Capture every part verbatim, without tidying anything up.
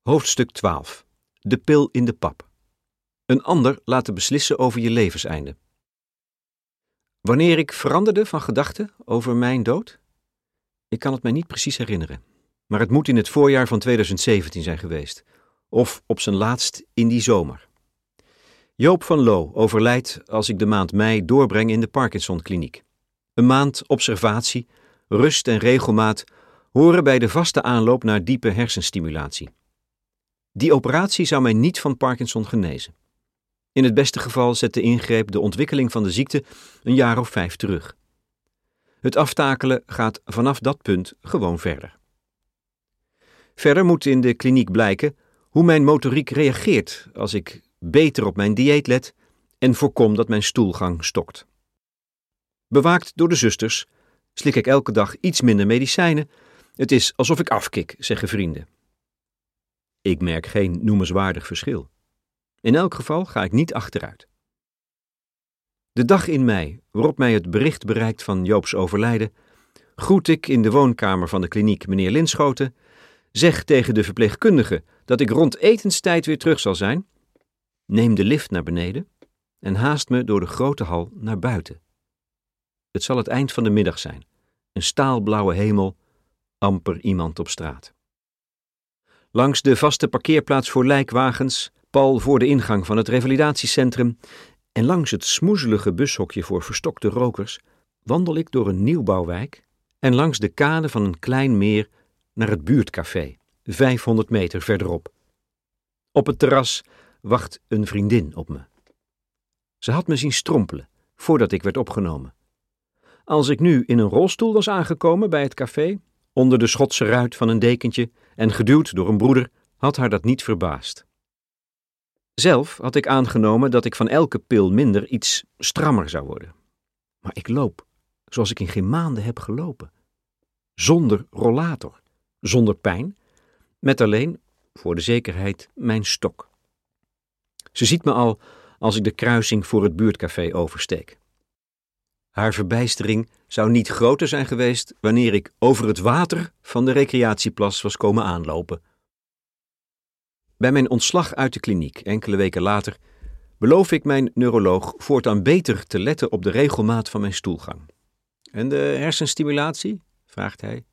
Hoofdstuk twaalf. De pil in de pap. Een ander laten beslissen over je levenseinde. Wanneer ik veranderde van gedachten over mijn dood? Ik kan het mij niet precies herinneren, maar het moet in het voorjaar van tweeduizend zeventien zijn geweest, of op zijn laatst in die zomer. Joop van Loo overlijdt als ik de maand mei doorbreng in de Parkinsonkliniek. Een maand observatie, rust en regelmaat horen bij de vaste aanloop naar diepe hersenstimulatie. Die operatie zou mij niet van Parkinson genezen. In het beste geval zet de ingreep de ontwikkeling van de ziekte een jaar of vijf terug. Het aftakelen gaat vanaf dat punt gewoon verder. Verder moet in de kliniek blijken hoe mijn motoriek reageert als ik beter op mijn dieet let en voorkom dat mijn stoelgang stokt. Bewaakt door de zusters slik ik elke dag iets minder medicijnen. Het is alsof ik afkik, zeggen vrienden. Ik merk geen noemenswaardig verschil. In elk geval ga ik niet achteruit. De dag in mei, waarop mij het bericht bereikt van Joops overlijden, groet ik in de woonkamer van de kliniek meneer Linschoten, zeg tegen de verpleegkundige dat ik rond etenstijd weer terug zal zijn, neem de lift naar beneden en haast me door de grote hal naar buiten. Het zal het eind van de middag zijn, een staalblauwe hemel, amper iemand op straat. Langs de vaste parkeerplaats voor lijkwagens, pal voor de ingang van het revalidatiecentrum en langs het smoezelige bushokje voor verstokte rokers wandel ik door een nieuwbouwwijk en langs de kade van een klein meer naar het buurtcafé, vijfhonderd meter verderop. Op het terras wacht een vriendin op me. Ze had me zien strompelen voordat ik werd opgenomen. Als ik nu in een rolstoel was aangekomen bij het café, onder de Schotse ruit van een dekentje en geduwd door een broeder, had haar dat niet verbaasd. Zelf had ik aangenomen dat ik van elke pil minder iets strammer zou worden. Maar ik loop, zoals ik in geen maanden heb gelopen. Zonder rollator, zonder pijn, met alleen, voor de zekerheid, mijn stok. Ze ziet me al als ik de kruising voor het buurtcafé oversteek. Haar verbijstering zou niet groter zijn geweest wanneer ik over het water van de recreatieplas was komen aanlopen. Bij mijn ontslag uit de kliniek, enkele weken later, beloof ik mijn neuroloog voortaan beter te letten op de regelmaat van mijn stoelgang. En de hersenstimulatie? Vraagt hij.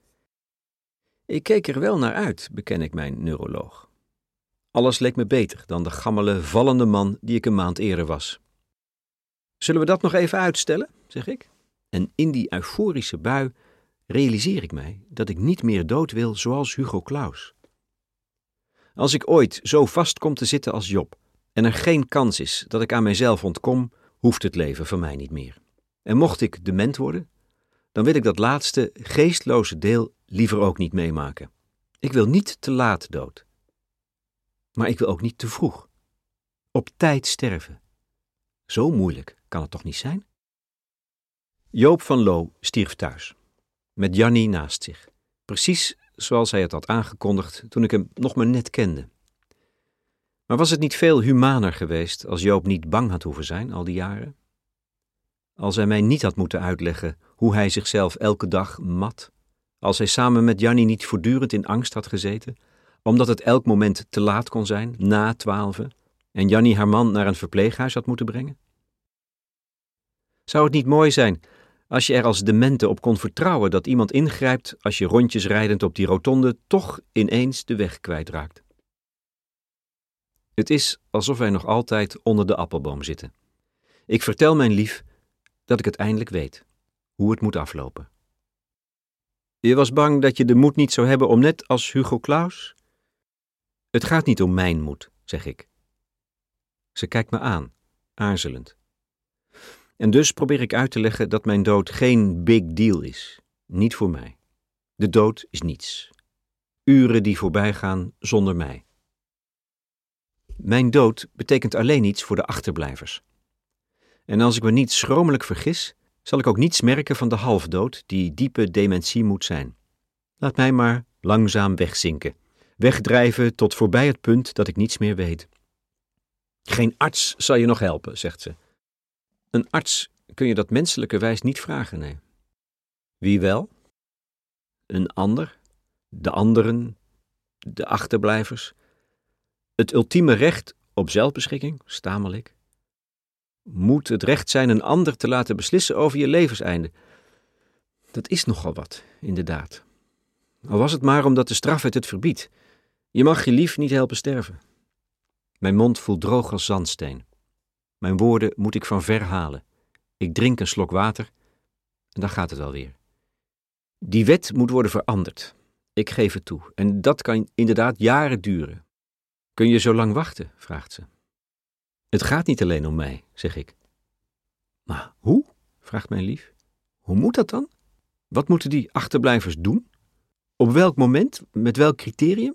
Ik keek er wel naar uit, beken ik mijn neuroloog. Alles leek me beter dan de gammele, vallende man die ik een maand eerder was. Zullen we dat nog even uitstellen, zeg ik. En in die euforische bui realiseer ik mij dat ik niet meer dood wil zoals Hugo Claus. Als ik ooit zo vast kom te zitten als Job en er geen kans is dat ik aan mijzelf ontkom, hoeft het leven van mij niet meer. En mocht ik dement worden, dan wil ik dat laatste geestloze deel liever ook niet meemaken. Ik wil niet te laat dood. Maar ik wil ook niet te vroeg. Op tijd sterven. Zo moeilijk kan het toch niet zijn? Joop van Loo stierf thuis, met Jannie naast zich, precies zoals hij het had aangekondigd toen ik hem nog maar net kende. Maar was het niet veel humaner geweest als Joop niet bang had hoeven zijn al die jaren? Als hij mij niet had moeten uitleggen hoe hij zichzelf elke dag mat, als hij samen met Jannie niet voortdurend in angst had gezeten, omdat het elk moment te laat kon zijn, na twaalfen, en Jannie haar man naar een verpleeghuis had moeten brengen? Zou het niet mooi zijn als je er als demente op kon vertrouwen dat iemand ingrijpt als je rondjes rijdend op die rotonde toch ineens de weg kwijtraakt? Het is alsof wij nog altijd onder de appelboom zitten. Ik vertel mijn lief dat ik het eindelijk weet, hoe het moet aflopen. Je was bang dat je de moed niet zou hebben om net als Hugo Claus? Het gaat niet om mijn moed, zeg ik. Ze kijkt me aan, aarzelend. En dus probeer ik uit te leggen dat mijn dood geen big deal is. Niet voor mij. De dood is niets. Uren die voorbij gaan zonder mij. Mijn dood betekent alleen iets voor de achterblijvers. En als ik me niet schromelijk vergis, zal ik ook niets merken van de halfdood die diepe dementie moet zijn. Laat mij maar langzaam wegzinken. Wegdrijven tot voorbij het punt dat ik niets meer weet. Geen arts zal je nog helpen, zegt ze. Een arts kun je dat menselijkerwijs niet vragen, nee. Wie wel? Een ander? De anderen? De achterblijvers? Het ultieme recht op zelfbeschikking, stamel ik. Moet het recht zijn een ander te laten beslissen over je levenseinde. Dat is nogal wat, inderdaad. Al was het maar omdat de strafwet het verbiedt. Je mag je lief niet helpen sterven. Mijn mond voelt droog als zandsteen. Mijn woorden moet ik van ver halen. Ik drink een slok water en dan gaat het alweer. Die wet moet worden veranderd. Ik geef het toe. En dat kan inderdaad jaren duren. Kun je zo lang wachten? Vraagt ze. Het gaat niet alleen om mij, zeg ik. Maar hoe? Vraagt mijn lief. Hoe moet dat dan? Wat moeten die achterblijvers doen? Op welk moment? Met welk criterium?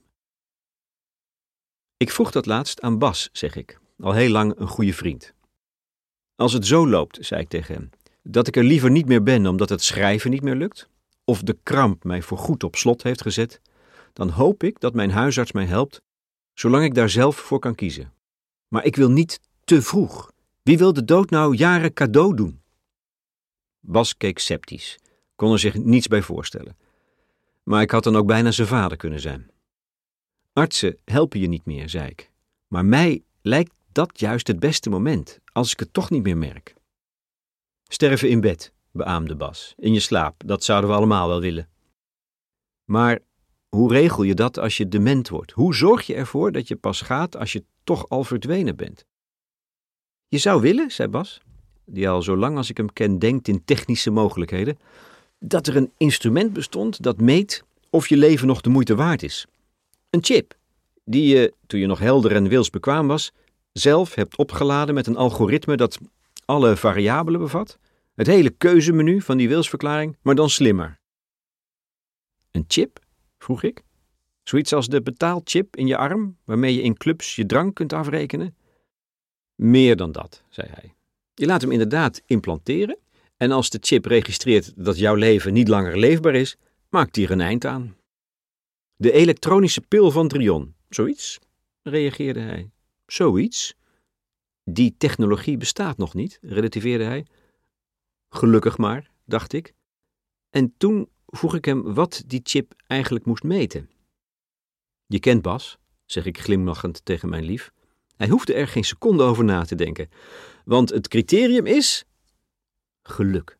Ik vroeg dat laatst aan Bas, zeg ik. Al heel lang een goede vriend. Als het zo loopt, zei ik tegen hem, dat ik er liever niet meer ben omdat het schrijven niet meer lukt, of de kramp mij voorgoed op slot heeft gezet, dan hoop ik dat mijn huisarts mij helpt, zolang ik daar zelf voor kan kiezen. Maar ik wil niet te vroeg. Wie wil de dood nou jaren cadeau doen? Bas keek sceptisch, kon er zich niets bij voorstellen. Maar ik had dan ook bijna zijn vader kunnen zijn. Artsen helpen je niet meer, zei ik. Maar mij lijkt dat juist het beste moment, als ik het toch niet meer merk. Sterven in bed, beaamde Bas. In je slaap, dat zouden we allemaal wel willen. Maar hoe regel je dat als je dement wordt? Hoe zorg je ervoor dat je pas gaat als je toch al verdwenen bent? Je zou willen, zei Bas, die al zo lang als ik hem ken denkt in technische mogelijkheden, dat er een instrument bestond dat meet of je leven nog de moeite waard is. Een chip, die je, toen je nog helder en wilsbekwaam was, zelf hebt opgeladen met een algoritme dat alle variabelen bevat, het hele keuzemenu van die wilsverklaring, maar dan slimmer. Een chip? Vroeg ik. Zoiets als de betaalchip in je arm, waarmee je in clubs je drank kunt afrekenen? Meer dan dat, zei hij. Je laat hem inderdaad implanteren en als de chip registreert dat jouw leven niet langer leefbaar is, maakt hij er een eind aan. De elektronische pil van Drion, zoiets, reageerde hij. Zoiets? Die technologie bestaat nog niet, relativeerde hij. Gelukkig maar, dacht ik. En toen vroeg ik hem wat die chip eigenlijk moest meten. Je kent Bas, zeg ik glimlachend tegen mijn lief. Hij hoefde er geen seconde over na te denken, want het criterium is geluk.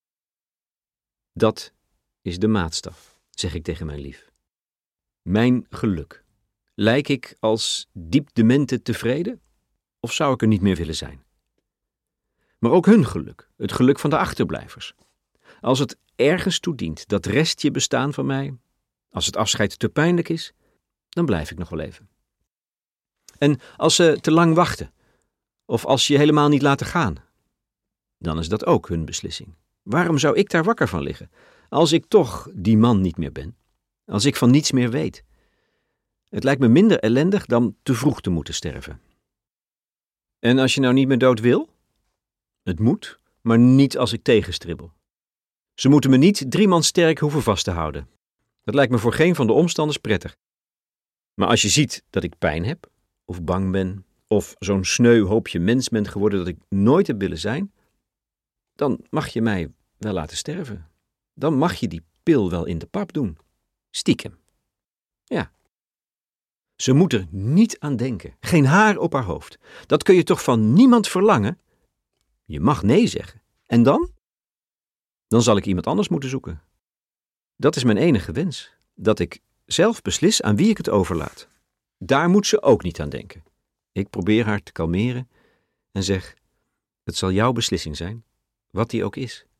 Dat is de maatstaf, zeg ik tegen mijn lief. Mijn geluk. Lijk ik als diep demente tevreden? Of zou ik er niet meer willen zijn? Maar ook hun geluk, het geluk van de achterblijvers. Als het ergens toe dient, dat restje bestaan van mij, als het afscheid te pijnlijk is, dan blijf ik nog wel even. En als ze te lang wachten, of als ze je helemaal niet laten gaan, dan is dat ook hun beslissing. Waarom zou ik daar wakker van liggen, als ik toch die man niet meer ben, als ik van niets meer weet? Het lijkt me minder ellendig dan te vroeg te moeten sterven. En als je nou niet meer dood wil? Het moet, maar niet als ik tegenstribbel. Ze moeten me niet drie man sterk hoeven vast te houden. Dat lijkt me voor geen van de omstanders prettig. Maar als je ziet dat ik pijn heb, of bang ben, of zo'n sneu hoopje mens bent geworden dat ik nooit heb willen zijn, dan mag je mij wel laten sterven. Dan mag je die pil wel in de pap doen. Stiekem. Ja. Ze moet er niet aan denken. Geen haar op haar hoofd. Dat kun je toch van niemand verlangen? Je mag nee zeggen. En dan? Dan zal ik iemand anders moeten zoeken. Dat is mijn enige wens. Dat ik zelf beslis aan wie ik het overlaat. Daar moet ze ook niet aan denken. Ik probeer haar te kalmeren en zeg, het zal jouw beslissing zijn, wat die ook is.